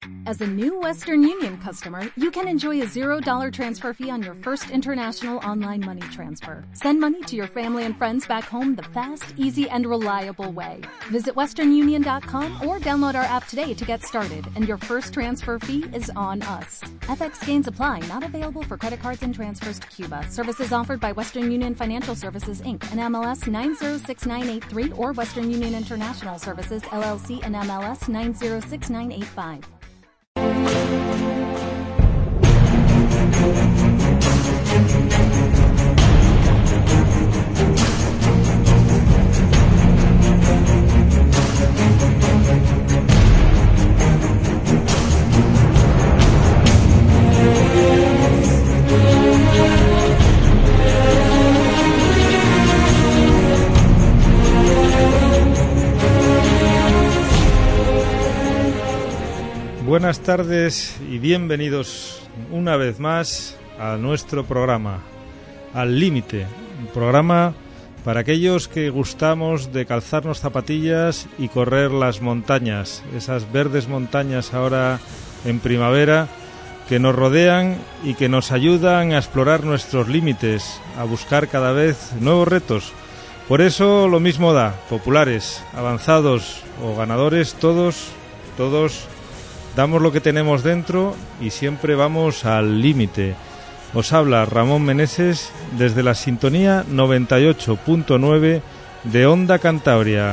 As a new Western Union customer, you can enjoy a $0 transfer fee on your first international online money transfer. Send money to your family and friends back home the fast, easy, and reliable way. Visit westernunion.com or download our app today to get started, and your first transfer fee is on us. FX gains apply, not available for credit cards and transfers to Cuba. Services offered by Western Union Financial Services, Inc., and MLS 906983, or Western Union International Services, LLC, and MLS 906985. Buenas tardes y bienvenidos una vez más a nuestro programa, Al Límite, un programa para aquellos que gustamos de calzarnos zapatillas y correr las montañas, esas verdes montañas ahora en primavera que nos rodean y que nos ayudan a explorar nuestros límites, a buscar cada vez nuevos retos. Por eso lo mismo da, populares, avanzados o ganadores, todos damos lo que tenemos dentro y siempre vamos al límite. Os habla Ramón Meneses desde la sintonía 98.9 de Onda Cantabria.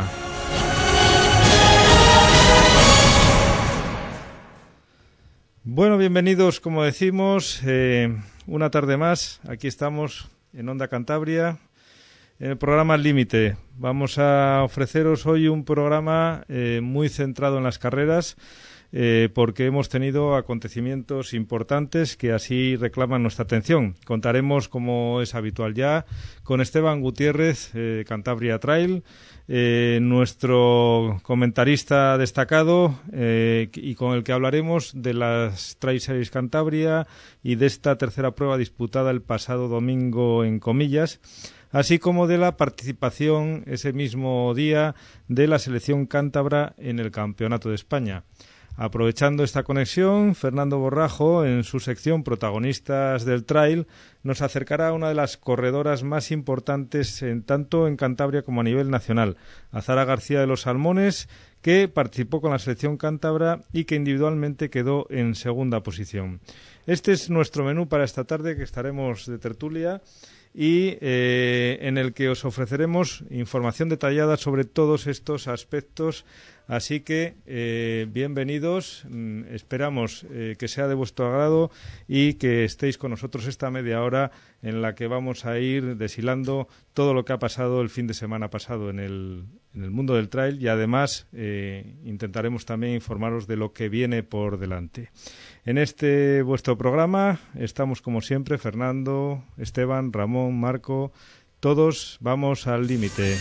Bueno, bienvenidos, como decimos, una tarde más. Aquí estamos en Onda Cantabria, en el programa Al Límite. Vamos a ofreceros hoy un programa muy centrado en las carreras, porque hemos tenido acontecimientos importantes que así reclaman nuestra atención. Contaremos, como es habitual ya, con Esteban Gutiérrez, Cantabria Trail, nuestro comentarista destacado, y con el que hablaremos de las Trail Series Cantabria y de esta tercera prueba disputada el pasado domingo en Comillas, así como de la participación ese mismo día de la selección cántabra en el Campeonato de España. Aprovechando esta conexión, Fernando Borrajo, en su sección Protagonistas del Trail, nos acercará a una de las corredoras más importantes tanto en Cantabria como a nivel nacional, a Zara García de los Salmones, que participó con la selección cántabra y que individualmente quedó en segunda posición. Este es nuestro menú para esta tarde, que estaremos de tertulia y en el que os ofreceremos información detallada sobre todos estos aspectos. Así que bienvenidos, esperamos que sea de vuestro agrado y que estéis con nosotros esta media hora en la que vamos a ir deshilando todo lo que ha pasado el fin de semana pasado en el mundo del trail, y además intentaremos también informaros de lo que viene por delante. En este vuestro programa estamos como siempre Fernando, Esteban, Ramón, Marco, todos vamos al límite.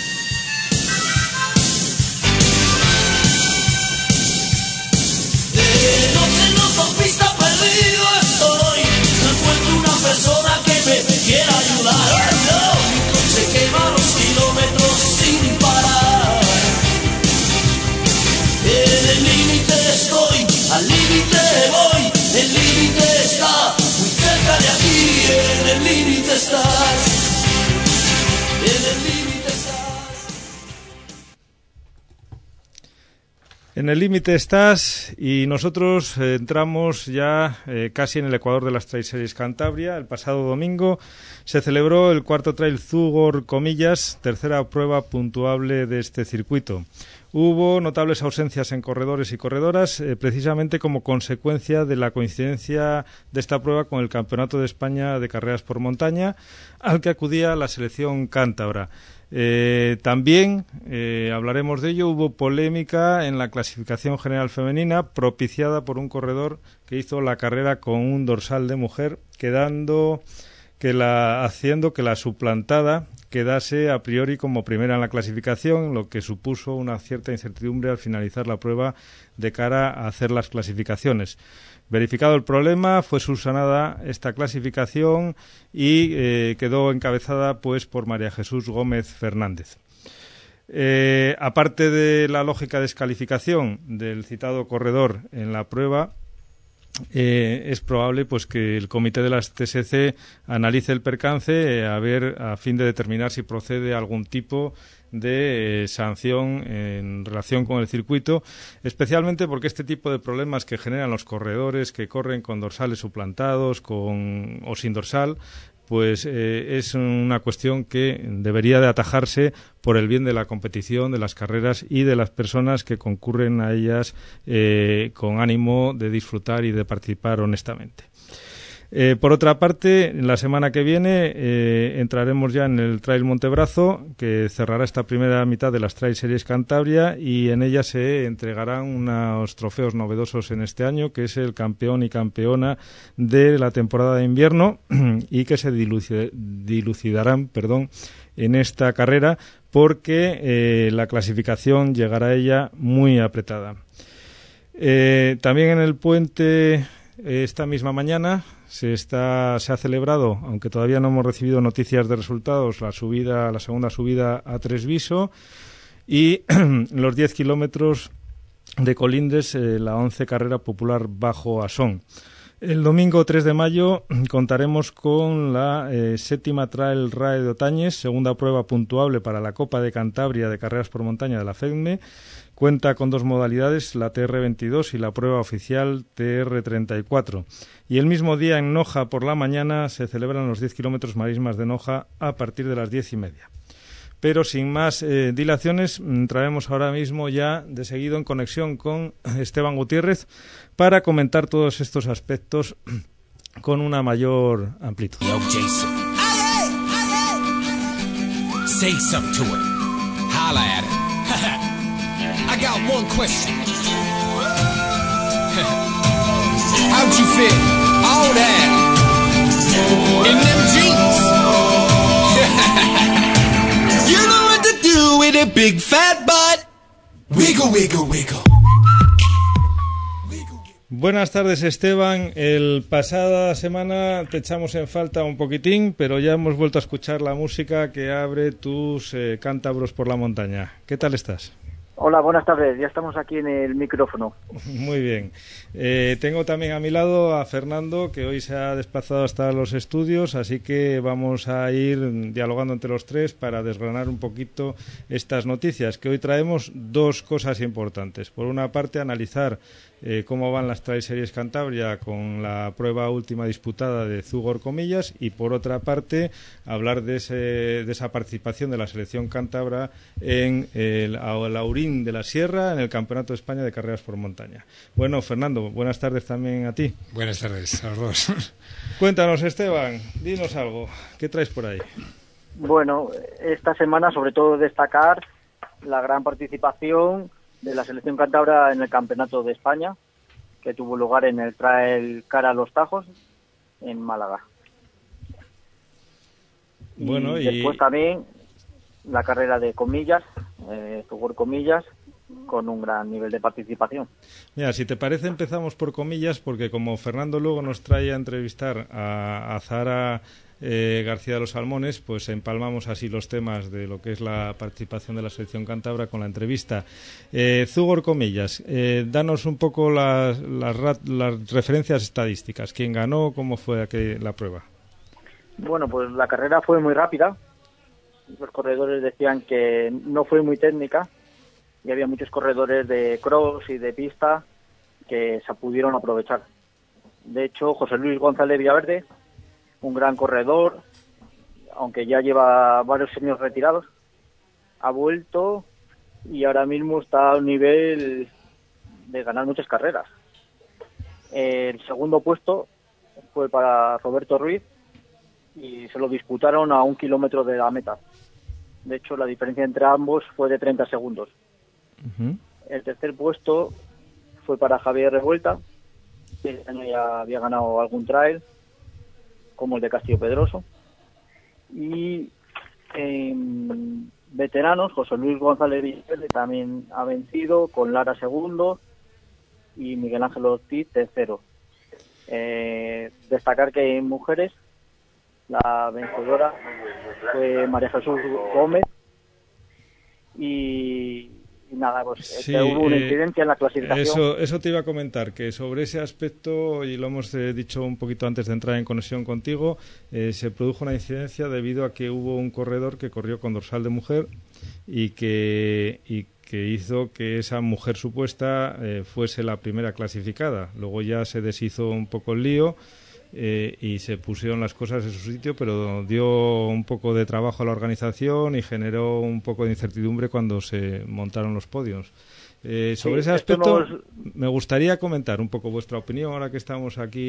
Persona que me quiera ayudar, no, se quema los kilómetros sin parar. En el límite estoy, al límite voy, el límite está muy cerca de aquí. En el límite estás, en el límite estás. En el límite estás y nosotros entramos ya casi en el ecuador de las Trail Series Cantabria. El pasado domingo se celebró el cuarto Trail Zúgor Comillas, tercera prueba puntuable de este circuito. Hubo notables ausencias en corredores y corredoras, precisamente como consecuencia de la coincidencia de esta prueba con el Campeonato de España de Carreras por Montaña, al que acudía la selección cántabra. También hablaremos de ello. Hubo polémica en la clasificación general femenina propiciada por un corredor que hizo la carrera con un dorsal de mujer, haciendo que la suplantada quedase a priori como primera en la clasificación, lo que supuso una cierta incertidumbre al finalizar la prueba de cara a hacer las clasificaciones. Verificado el problema, fue subsanada esta clasificación y quedó encabezada pues por María Jesús Gómez Fernández. Aparte de la lógica descalificación del citado corredor en la prueba, es probable pues que el comité de las TSC analice el percance a fin de determinar si procede algún tipo de sanción en relación con el circuito, especialmente porque este tipo de problemas que generan los corredores que corren con dorsales suplantados o sin dorsal, pues es una cuestión que debería de atajarse por el bien de la competición, de las carreras y de las personas que concurren a ellas con ánimo de disfrutar y de participar honestamente. Por otra parte, la semana que viene entraremos ya en el Trail Montebrazo, que cerrará esta primera mitad de las Trail Series Cantabria, y en ella se entregarán unos trofeos novedosos en este año, que es el campeón y campeona de la temporada de invierno y que se dilucidarán en esta carrera porque la clasificación llegará a ella muy apretada. También en el puente esta misma mañana se ha celebrado, aunque todavía no hemos recibido noticias de resultados, la segunda subida a Tresviso y los 10 kilómetros de Colindres, la 11 carrera popular bajo Asón. El domingo 3 de mayo contaremos con la séptima Trail RAE de Otañes, segunda prueba puntuable para la Copa de Cantabria de carreras por montaña de la FEDME. Cuenta con dos modalidades, la TR22 y la prueba oficial TR34. Y el mismo día en Noja por la mañana se celebran los 10 kilómetros marismas de Noja a partir de las 10:30. Pero sin más dilaciones, traemos ahora mismo ya de seguido en conexión con Esteban Gutiérrez para comentar todos estos aspectos con una mayor amplitud. Yo, Jason. Say something to him. Holla at him. I got one question. How'd you fit all that in them jeans? You know what to do with a big fat butt. Wiggle, wiggle, wiggle. Buenas tardes, Esteban. El pasada semana te echamos en falta un poquitín, pero ya hemos vuelto a escuchar la música que abre tus cántabros por la montaña. ¿Qué tal estás? Hola, buenas tardes. Ya estamos aquí en el micrófono. Muy bien. Tengo también a mi lado a Fernando, que hoy se ha desplazado hasta los estudios, así que vamos a ir dialogando entre los tres para desgranar un poquito estas noticias, que hoy traemos dos cosas importantes. Por una parte, analizar cómo van las Trail Series Cantabria con la prueba última disputada de Zúgor Comillas, y por otra parte hablar de esa participación de la selección cántabra en el Aurín de la Sierra en el Campeonato de España de Carreras por Montaña. Bueno, Fernando, buenas tardes también a ti. Buenas tardes a los dos. Cuéntanos, Esteban, dinos algo, ¿qué traes por ahí? Bueno, esta semana sobre todo destacar la gran participación de la selección cántabra en el Campeonato de España, que tuvo lugar en el Trail Cara a los Tajos, en Málaga. Bueno, y después también la carrera de Comillas, Zúgor Comillas, con un gran nivel de participación. Mira, si te parece empezamos por Comillas, porque como Fernando luego nos trae a entrevistar a Zahara García de los Salmones, pues empalmamos así los temas de lo que es la participación de la selección cántabra con la entrevista. Zúgor Comillas, danos un poco las referencias estadísticas. ¿Quién ganó? ¿Cómo fue la prueba? Bueno, pues la carrera fue muy rápida. Los corredores decían que no fue muy técnica y había muchos corredores de cross y de pista que se pudieron aprovechar. De hecho, José Luis González Villaverde, un gran corredor, aunque ya lleva varios años retirados, ha vuelto y ahora mismo está a un nivel de ganar muchas carreras. El segundo puesto fue para Roberto Ruiz y se lo disputaron a 1 kilómetro de la meta. De hecho, la diferencia entre ambos fue de 30 segundos. Uh-huh. El tercer puesto fue para Javier Revuelta, que este año ya había ganado algún trail, como el de Castillo Pedroso. Y en veteranos, José Luis González Villaverde también ha vencido, con Lara segundo y Miguel Ángel Ortiz tercero. Destacar que en mujeres la vencedora fue María Jesús Gómez, y nada, pues Sí, hubo una incidencia en la clasificación. Eso te iba a comentar, que sobre ese aspecto, y lo hemos dicho un poquito antes de entrar en conexión contigo, se produjo una incidencia debido a que hubo un corredor que corrió con dorsal de mujer y que hizo que esa mujer supuesta fuese la primera clasificada. Luego ya se deshizo un poco el lío y se pusieron las cosas en su sitio, pero dio un poco de trabajo a la organización y generó un poco de incertidumbre cuando se montaron los podios. Sobre ese aspecto me gustaría comentar un poco vuestra opinión ahora que estamos aquí.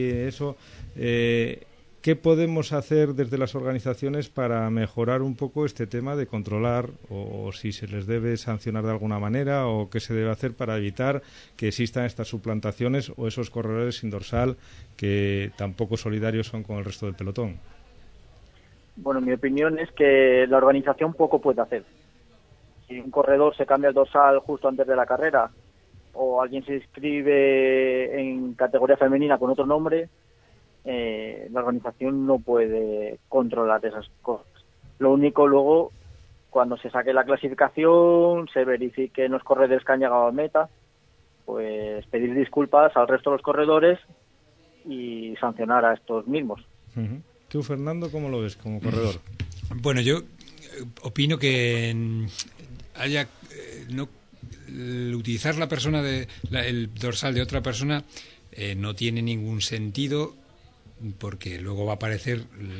¿Qué podemos hacer desde las organizaciones para mejorar un poco este tema de controlar o si se les debe sancionar de alguna manera o qué se debe hacer para evitar que existan estas suplantaciones o esos corredores sin dorsal que tampoco solidarios son con el resto del pelotón? Bueno, mi opinión es que la organización poco puede hacer. Si un corredor se cambia el dorsal justo antes de la carrera o alguien se inscribe en categoría femenina con otro nombre, la organización no puede controlar esas cosas. Lo único luego, cuando se saque la clasificación, se verifiquen los corredores que han llegado a meta, pues pedir disculpas al resto de los corredores y sancionar a estos mismos. Uh-huh. ¿Tú, Fernando, cómo lo ves como corredor? Bueno, yo opino que haya utilizar la persona el dorsal de otra persona no tiene ningún sentido, porque luego va a aparecer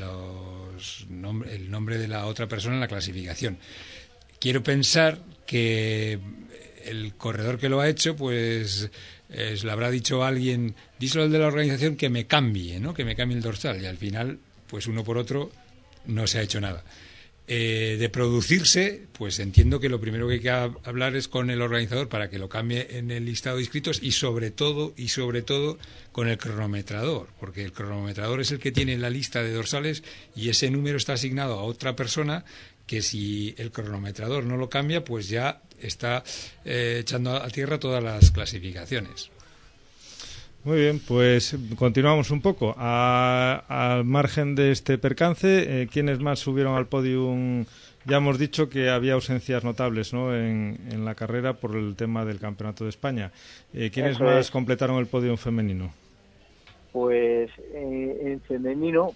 el nombre de la otra persona en la clasificación. Quiero pensar que el corredor que lo ha hecho, pues le habrá dicho a alguien, díselo al de la organización que me cambie, ¿no? Que me cambie el dorsal, y al final, pues uno por otro no se ha hecho nada. De producirse, pues entiendo que lo primero que hay que hablar es con el organizador para que lo cambie en el listado de inscritos y sobre todo con el cronometrador, porque el cronometrador es el que tiene la lista de dorsales y ese número está asignado a otra persona que si el cronometrador no lo cambia, pues ya está echando a tierra todas las clasificaciones. Muy bien, pues continuamos un poco. Al margen de este percance, ¿quiénes más subieron al podium? Ya hemos dicho que había ausencias notables, ¿no?, en la carrera por el tema del Campeonato de España. ¿Quiénes más completaron el podium femenino? Pues en femenino...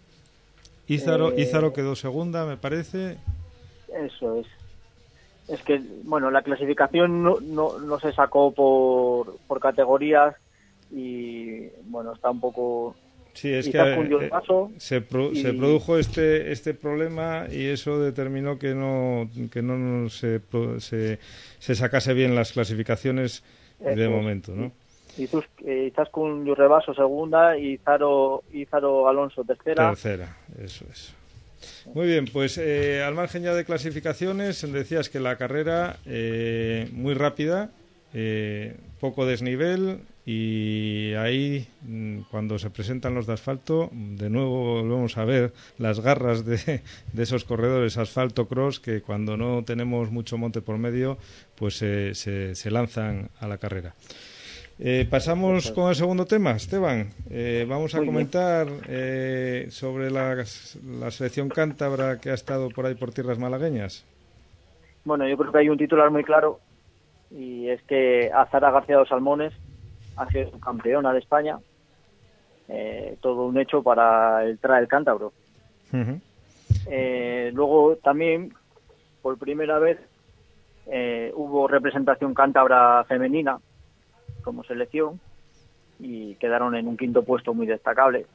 Ízaro quedó segunda, me parece. Eso es. Es que, bueno, la clasificación no se sacó por categorías y, bueno, está un poco... Sí, es que se produjo este problema y eso determinó que no se sacase bien las clasificaciones de momento, ¿no? Izaskun Yurrebaso segunda y Ízaro Alonso tercera, eso es. Muy bien, pues al margen ya de clasificaciones, decías que la carrera muy rápida, poco desnivel, y ahí cuando se presentan los de asfalto, de nuevo volvemos a ver las garras de esos corredores asfalto cross que cuando no tenemos mucho monte por medio, pues se lanzan a la carrera. Pasamos con el segundo tema, Esteban. Vamos a comentar sobre la selección cántabra que ha estado por ahí por tierras malagueñas. Bueno, yo creo que hay un titular muy claro y es que Azara García de los Salmones ha sido campeona de España. Todo un hecho para el trail cántabro. Uh-huh. Luego también, por primera vez, hubo representación cántabra femenina como selección y quedaron en un quinto puesto muy destacable.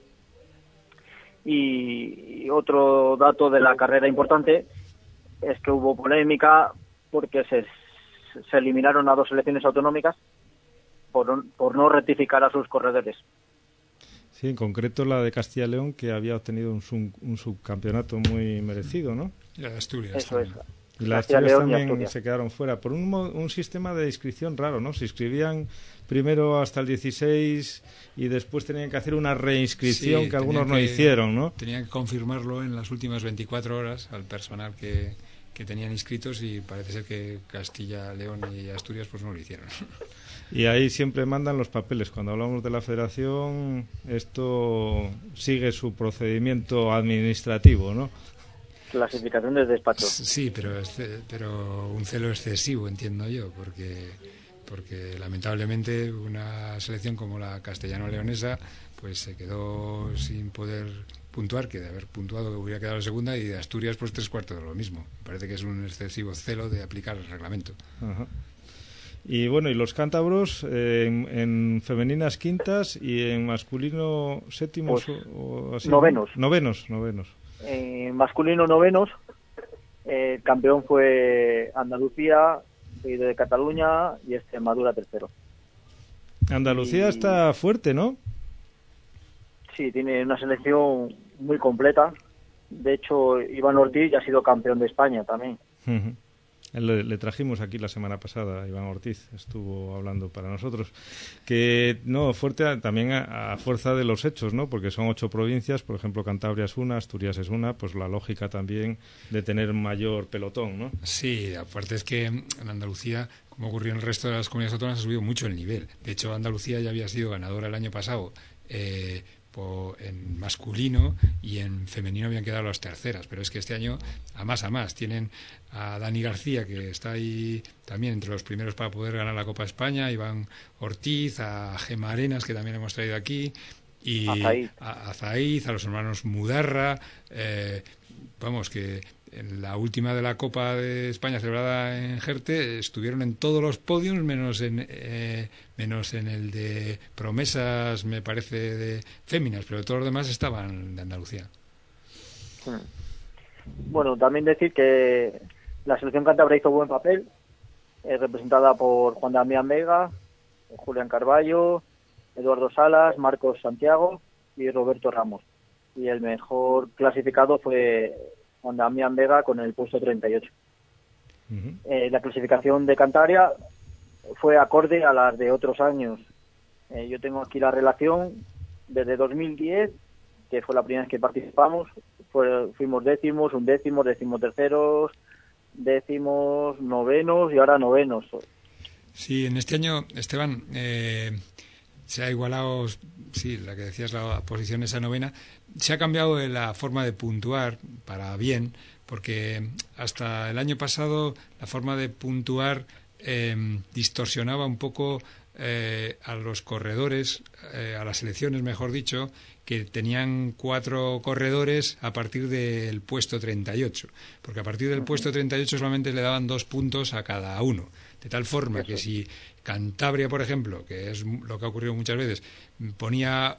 Y otro dato de la carrera importante es que hubo polémica porque se eliminaron a 2 selecciones autonómicas por no rectificar a sus corredores. Sí, en concreto la de Castilla y León, que había obtenido un subcampeonato muy merecido, ¿no? Y la de Asturias. Eso es. Y las Asturias también se quedaron fuera por un sistema de inscripción raro, ¿no? Se inscribían primero hasta el 16 y después tenían que hacer una reinscripción que algunos no hicieron, ¿no? Tenían que confirmarlo en las últimas 24 horas al personal que tenían inscritos y parece ser que Castilla, León y Asturias pues no lo hicieron. Y ahí siempre mandan los papeles. Cuando hablamos de la federación, esto sigue su procedimiento administrativo, ¿no? Clasificación de despacho. Sí, pero un celo excesivo, entiendo yo, porque lamentablemente una selección como la castellano-leonesa pues se quedó sin poder puntuar, que de haber puntuado hubiera quedado la segunda, y de Asturias pues 3/4 de lo mismo. Me parece que es un excesivo celo de aplicar el reglamento. Ajá. Y bueno, y los cántabros en femeninas quintas y en masculino séptimos Pues, o así. novenos. Novenos. Masculino novenos, el campeón fue Andalucía, seguido de Cataluña y Extremadura tercero. Andalucía Y- está fuerte, ¿no? Sí, tiene una selección muy completa. De hecho, Iván Ortiz ya ha sido campeón de España también. Ujú. Le trajimos aquí la semana pasada, Iván Ortiz, estuvo hablando para nosotros. Que no, fuerte también a fuerza de los hechos, ¿no? Porque son 8 provincias, por ejemplo, Cantabria es una, Asturias es una, pues la lógica también de tener mayor pelotón, ¿no? Sí, aparte es que en Andalucía, como ocurrió en el resto de las comunidades autónomas, ha subido mucho el nivel. De hecho, Andalucía ya había sido ganadora el año pasado en masculino, y en femenino habían quedado las terceras, pero es que este año a más tienen a Dani García, que está ahí también entre los primeros para poder ganar la Copa España, Iván Ortiz, a Gemma Arenas, que también hemos traído aquí, y a Zaiz, a los hermanos Mudarra, vamos, que en la última de la Copa de España celebrada en Jerte estuvieron en todos los podios menos en el de promesas, me parece, de féminas, pero todos los demás estaban de Andalucía. Bueno, también decir que la selección cántabra hizo buen papel, representada por Juan Damián Vega, Julián Carballo, Eduardo Salas, Marcos Santiago y Roberto Ramos. Y el mejor clasificado fue Juan Damián Vega con el puesto 38. Uh-huh. La clasificación de Cantabria fue acorde a las de otros años. Yo tengo aquí la relación desde 2010, que fue la primera vez que participamos. Fuimos décimos, undécimos, decimoterceros, décimos, novenos y ahora novenos. Sí, en este año, Esteban, se ha igualado, sí, la que decías, la posición esa novena. Se ha cambiado la forma de puntuar para bien, porque hasta el año pasado la forma de puntuar distorsionaba un poco a los corredores, a las selecciones, mejor dicho, que tenían 4 corredores a partir del puesto 38, porque a partir del puesto 38 solamente le daban 2 puntos a cada uno, de tal forma que si Cantabria, por ejemplo, que es lo que ha ocurrido muchas veces, ponía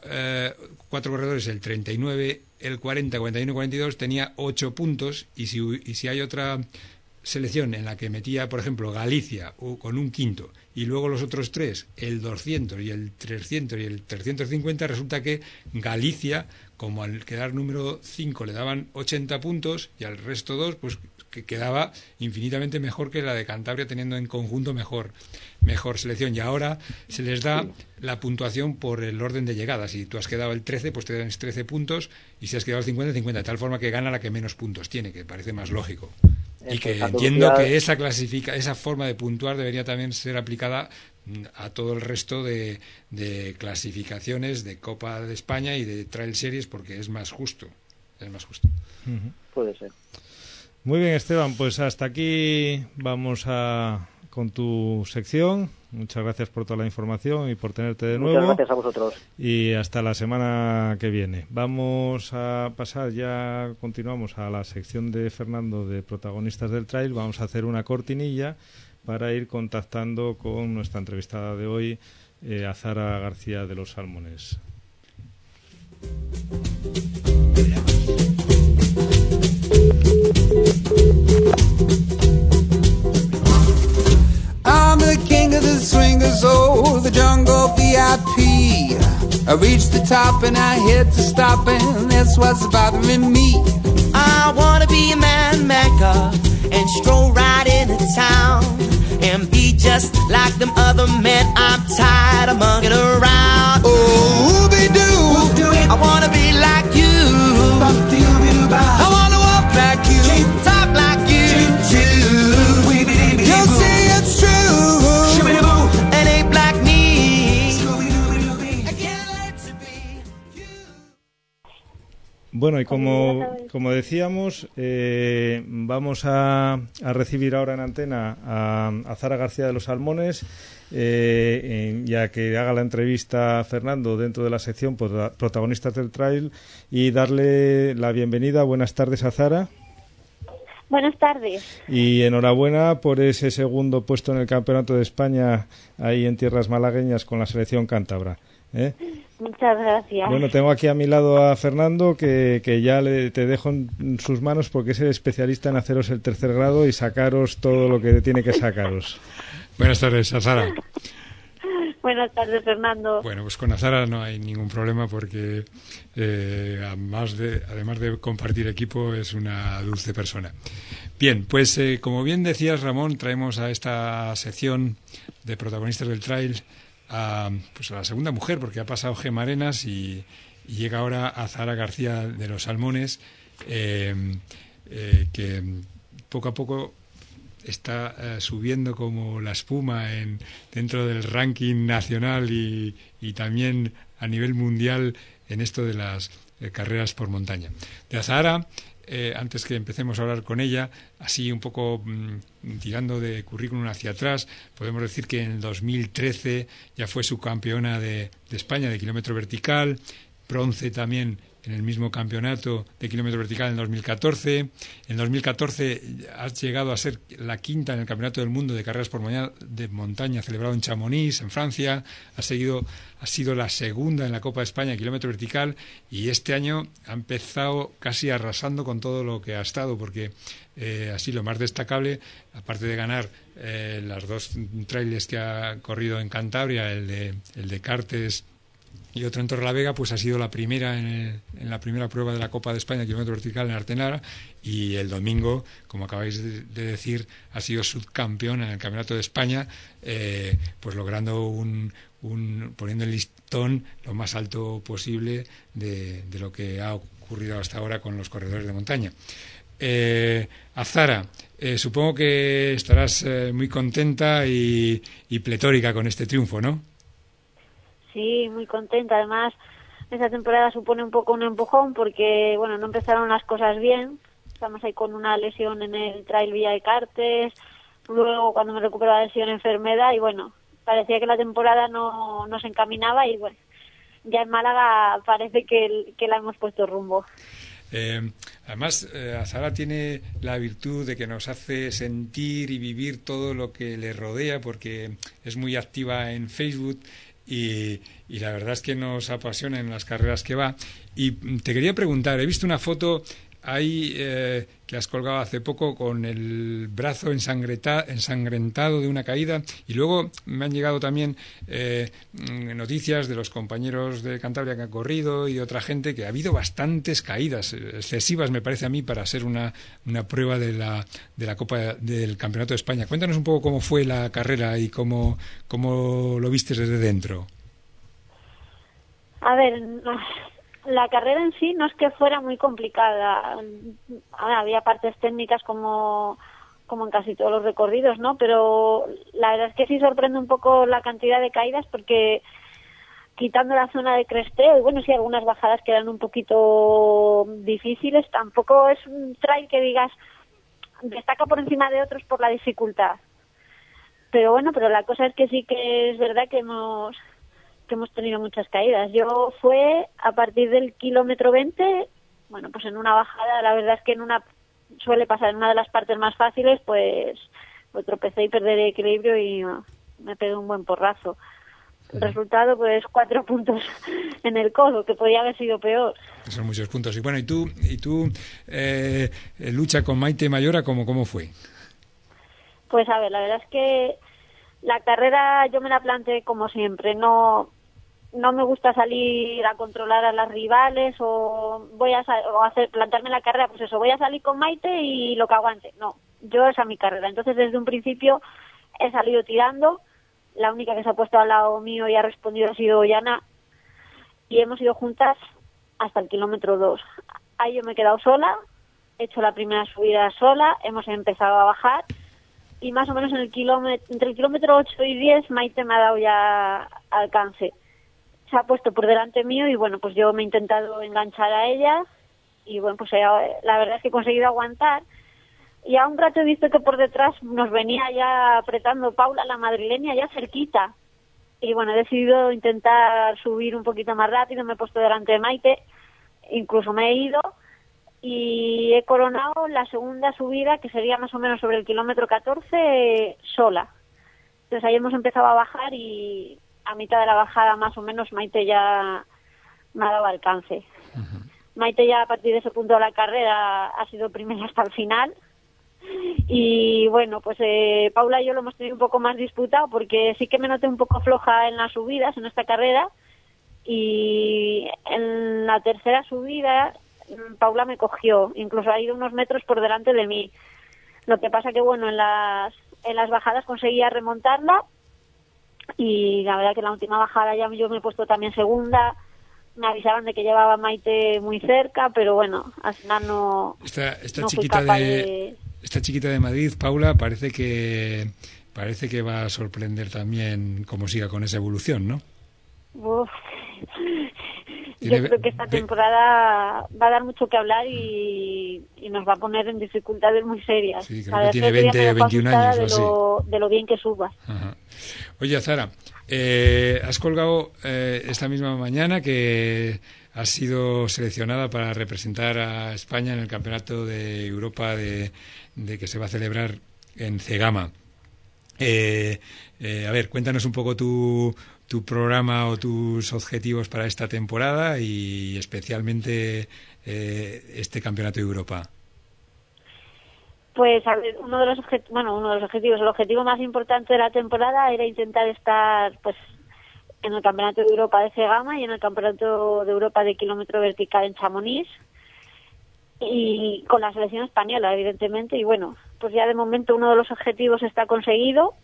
4 corredores, el 39, el 40, 41, 42, tenía 8 puntos, y si hay otra selección en la que metía, por ejemplo, Galicia con un quinto, y luego los otros 3, el 200 y el 300 y el 350, resulta que Galicia, como al quedar número 5 le daban 80 puntos, y al resto 2, pues que quedaba infinitamente mejor que la de Cantabria, teniendo en conjunto mejor selección. Y ahora se les da la puntuación por el orden de llegada. Si tú has quedado el 13, pues te dan 13 puntos, y si has quedado el 50, 50, de tal forma que gana la que menos puntos tiene, que parece más lógico. Y que entiendo que esa forma de puntuar debería también ser aplicada a todo el resto de clasificaciones de Copa de España y de Trail Series, porque es más justo. Uh-huh. Puede ser. Muy bien, Esteban, pues hasta aquí vamos con tu sección. Muchas gracias por toda la información y por tenerte de nuevo. Muchas gracias a vosotros. Y hasta la semana que viene. Vamos a pasar ya, continuamos a la sección de Fernando de protagonistas del trail. Vamos a hacer una cortinilla para ir contactando con nuestra entrevistada de hoy, a Zara García de los Salmones. I'm the king of the swingers, oh, the jungle VIP. I reached the top and I hit the stop, and that's what's bothering me. I wanna be a man maker and stroll right into town and be just like them other men. I'm tired of mugging around. Oh, Ooby-Doo, I wanna be like you. I wanna walk like you, Talk like you too. you'll see it's true. And ain't like me. I can't let you be you. Bueno, y como decíamos, vamos a recibir ahora en antena a Zara García de los Salmones, ya que haga la entrevista a Fernando dentro de la sección Protagonistas del Trail, y darle la bienvenida. Buenas tardes a Zara. Buenas tardes. Y enhorabuena por ese segundo puesto en el Campeonato de España ahí en tierras malagueñas con la selección cántabra. Muchas gracias. Bueno, tengo aquí a mi lado a Fernando, que ya te dejo en sus manos porque es el especialista en haceros el tercer grado y sacaros todo lo que tiene que sacaros. Buenas tardes, Azara. Buenas tardes, Fernando. Bueno, pues con Azara no hay ningún problema porque además de compartir equipo es una dulce persona. Bien, pues como bien decías, Ramón, traemos a esta sección de Protagonistas del Trail a la segunda mujer, porque ha pasado Gemma Arenas y llega ahora a Zara García de los Salmones, que poco a poco está subiendo como la espuma dentro del ranking nacional y también a nivel mundial en esto de las carreras por montaña. De Azahara, antes que empecemos a hablar con ella, así un poco tirando de currículum hacia atrás, podemos decir que en el 2013 ya fue subcampeona de España de kilómetro vertical, bronce también en el mismo campeonato de kilómetro vertical en 2014. En 2014 has llegado a ser la quinta en el Campeonato del Mundo de Carreras por Montaña celebrado en Chamonix, en Francia. Has sido la segunda en la Copa de España de kilómetro vertical y este año ha empezado casi arrasando con todo lo que ha estado, porque así lo más destacable, aparte de ganar las dos trails que ha corrido en Cantabria, el de Cartes y otro en Torrelavega, pues ha sido la primera en la primera prueba de la Copa de España kilómetro vertical en Artenara, y el domingo, como acabáis de decir, ha sido subcampeón en el Campeonato de España, pues logrando poniendo el listón lo más alto posible de lo que ha ocurrido hasta ahora con los corredores de montaña. Azara, supongo que estarás muy contenta y pletórica con este triunfo, ¿no? Sí, muy contenta. Además, esta temporada supone un poco un empujón porque, bueno, no empezaron las cosas bien. Estamos ahí con una lesión en el Trail Villa de Cartes. Luego, cuando me recupero la lesión, enfermedad. Y, bueno, parecía que la temporada no se encaminaba. Y, bueno, ya en Málaga parece que la hemos puesto rumbo. Además, Azahara tiene la virtud de que nos hace sentir y vivir todo lo que le rodea, porque es muy activa en Facebook. Y la verdad es que nos apasiona en las carreras que va. Y te quería preguntar, he visto una foto ahí que has colgado hace poco con el brazo ensangrentado de una caída, y luego me han llegado también noticias de los compañeros de Cantabria que han corrido y de otra gente que ha habido bastantes caídas, excesivas me parece a mí para ser una prueba de la Copa del Campeonato de España. Cuéntanos un poco cómo fue la carrera y cómo lo vistes desde dentro. A ver, la carrera en sí no es que fuera muy complicada. Había partes técnicas como en casi todos los recorridos, ¿no? Pero la verdad es que sí sorprende un poco la cantidad de caídas, porque quitando la zona de cresteo, y bueno, sí, algunas bajadas que eran un poquito difíciles, tampoco es un trail que digas destaca por encima de otros por la dificultad. Pero bueno, la cosa es que sí que es verdad que hemos tenido muchas caídas. Yo fue a partir del kilómetro 20, bueno, pues en una bajada, la verdad es que suele pasar en una de las partes más fáciles, pues tropecé y perdí equilibrio y me pegué un buen porrazo. El resultado, pues 4 puntos en el codo, que podía haber sido peor. Son muchos puntos. Y bueno, ¿y tú lucha con Maite Mayora, cómo fue? Pues a ver, la verdad es que la carrera yo me la planteé como siempre. No me gusta salir a controlar a las rivales o plantarme la carrera, pues eso, voy a salir con Maite y lo que aguante. No, yo esa es mi carrera. Entonces desde un principio he salido tirando. La única que se ha puesto al lado mío y ha respondido ha sido Yana, y hemos ido juntas hasta el kilómetro 2. Ahí yo me he quedado sola, he hecho la primera subida sola, hemos empezado a bajar, y más o menos entre el kilómetro 8 y 10 Maite me ha dado ya alcance. Se ha puesto por delante mío y bueno, pues yo me he intentado enganchar a ella y bueno, pues la verdad es que he conseguido aguantar. Y a un rato he visto que por detrás nos venía ya apretando Paula, la madrileña, ya cerquita. Y bueno, he decidido intentar subir un poquito más rápido, me he puesto delante de Maite, incluso me he ido y he coronado la segunda subida, que sería más o menos sobre el kilómetro 14, sola. Entonces ahí hemos empezado a bajar y a mitad de la bajada más o menos Maite ya me ha dado alcance. Uh-huh. Maite ya a partir de ese punto de la carrera ha sido primera hasta el final. Y bueno, pues Paula y yo lo hemos tenido un poco más disputado porque sí que me noté un poco floja en las subidas en esta carrera, y en la tercera subida Paula me cogió, incluso ha ido unos metros por delante de mí. Lo que pasa que bueno, en las bajadas conseguía remontarla, y la verdad que en la última bajada ya yo me he puesto también segunda. Me avisaban de que llevaba a Maite muy cerca, pero bueno, al final no fui capaz de... Esta chiquita de Madrid, Paula, parece que va a sorprender también como siga con esa evolución, ¿no? Uf. Yo creo que esta temporada va a dar mucho que hablar y nos va a poner en dificultades muy serias. Sí, creo que tiene 20, 21 años o así. De lo bien que suba. Ajá. Oye, Zara, has colgado esta misma mañana que has sido seleccionada para representar a España en el Campeonato de Europa de que se va a celebrar en Cegama. A ver, cuéntanos un poco tu programa o tus objetivos para esta temporada y especialmente este Campeonato de Europa. Pues a ver, uno de los objetivos, el objetivo más importante de la temporada era intentar estar pues en el Campeonato de Europa de Cegama y en el Campeonato de Europa de kilómetro vertical en Chamonix, y con la selección española, evidentemente. Y bueno, pues ya de momento uno de los objetivos está conseguido.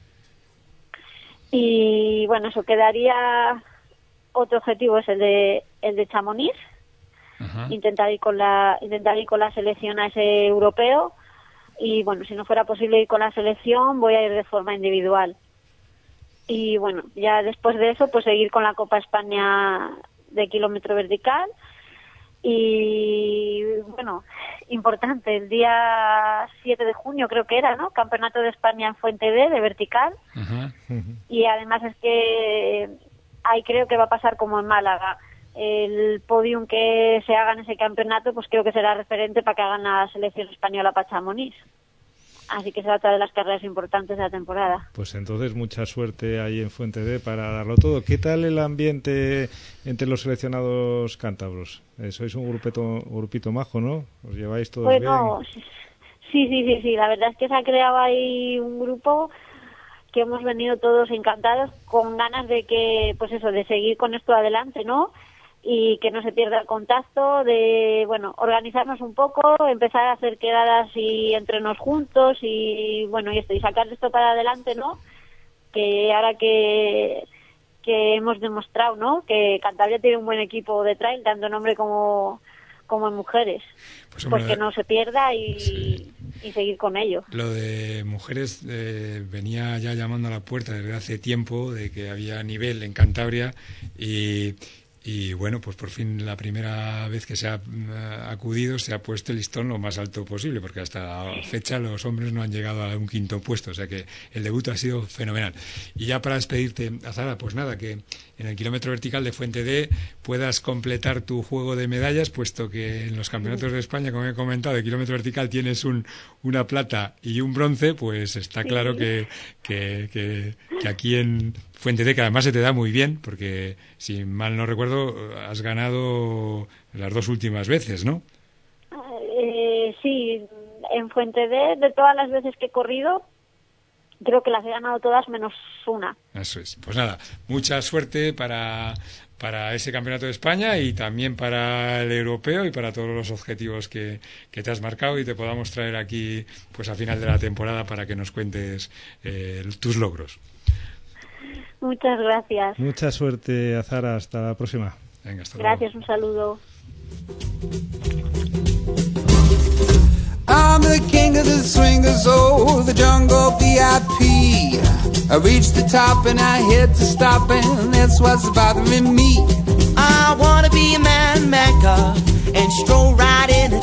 Y bueno, eso quedaría. Otro objetivo es el de Chamonix. Uh-huh. Intentar ir con la selección a ese europeo. Y bueno, si no fuera posible ir con la selección, voy a ir de forma individual. Y bueno, ya después de eso, pues seguir con la Copa España de kilómetro vertical. Y bueno, importante, el día 7 de junio creo que era, ¿no? Campeonato de España en Fuente de vertical. Uh-huh. Y además es que ahí creo que va a pasar como en Málaga. El podium que se haga en ese campeonato, pues creo que será referente para que hagan la selección española para Chamonix. Así que será otra de las carreras importantes de la temporada. Pues entonces mucha suerte ahí en Fuente D para darlo todo. ¿Qué tal el ambiente entre los seleccionados cántabros? Sois un grupito majo, ¿no? ¿Os lleváis todos bien? Bueno, sí. La verdad es que se ha creado ahí un grupo que hemos venido todos encantados, con ganas de que, pues eso, de seguir con esto adelante, ¿no? Y que no se pierda el contacto, de, bueno, organizarnos un poco, empezar a hacer quedadas y entrenos juntos y, bueno, y sacar esto para adelante, ¿no? Que ahora que hemos demostrado, ¿no? Que Cantabria tiene un buen equipo de trail, tanto en hombre como en mujeres, pues, hombre, porque no se pierda y seguir con ello. Lo de mujeres venía ya llamando a la puerta desde hace tiempo, de que había nivel en Cantabria y bueno, pues por fin la primera vez que se ha acudido se ha puesto el listón lo más alto posible, porque hasta la fecha los hombres no han llegado a un quinto puesto, o sea que el debut ha sido fenomenal. Y ya para despedirte, Azara, pues nada, que en el kilómetro vertical de Fuente D puedas completar tu juego de medallas, puesto que en los campeonatos de España, como he comentado, de kilómetro vertical tienes una plata y un bronce, pues está claro que aquí en Fuente D, que además se te da muy bien, porque si mal no recuerdo has ganado las dos últimas veces, ¿no? Sí, en Fuente D, de todas las veces que he corrido, creo que las he ganado todas menos una. Eso es. Pues nada, mucha suerte para ese campeonato de España y también para el europeo y para todos los objetivos que te has marcado y te podamos traer aquí pues a final de la temporada para que nos cuentes tus logros. Muchas gracias. Mucha suerte, Azara. Hasta la próxima. Venga, hasta gracias, luego. Un saludo. I'm the king of the swingers, oh, the jungle VIP. I reached the top and I hit to stop, and that's what's bothering me. I wanna be a man, Mecca, and stroll right in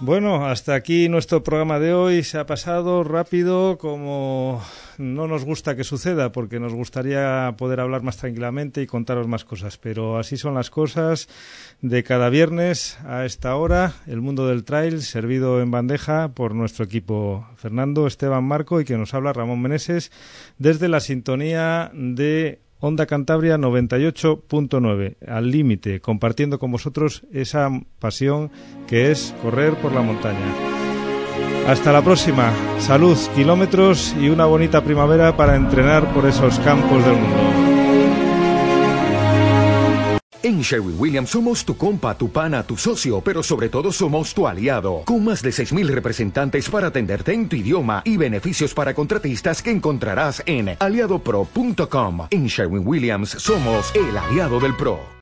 Bueno, hasta aquí nuestro programa de hoy. Se ha pasado rápido, como no nos gusta que suceda, porque nos gustaría poder hablar más tranquilamente y contaros más cosas, pero así son las cosas de cada viernes a esta hora. El mundo del trail servido en bandeja por nuestro equipo Fernando, Esteban, Marco y que nos habla Ramón Meneses desde la sintonía de Onda Cantabria 98.9, al límite, compartiendo con vosotros esa pasión que es correr por la montaña. Hasta la próxima. Salud, kilómetros y una bonita primavera para entrenar por esos campos del mundo. En Sherwin-Williams somos tu compa, tu pana, tu socio, pero sobre todo somos tu aliado. Con más de 6,000 representantes para atenderte en tu idioma y beneficios para contratistas que encontrarás en aliadopro.com. En Sherwin-Williams somos el aliado del pro.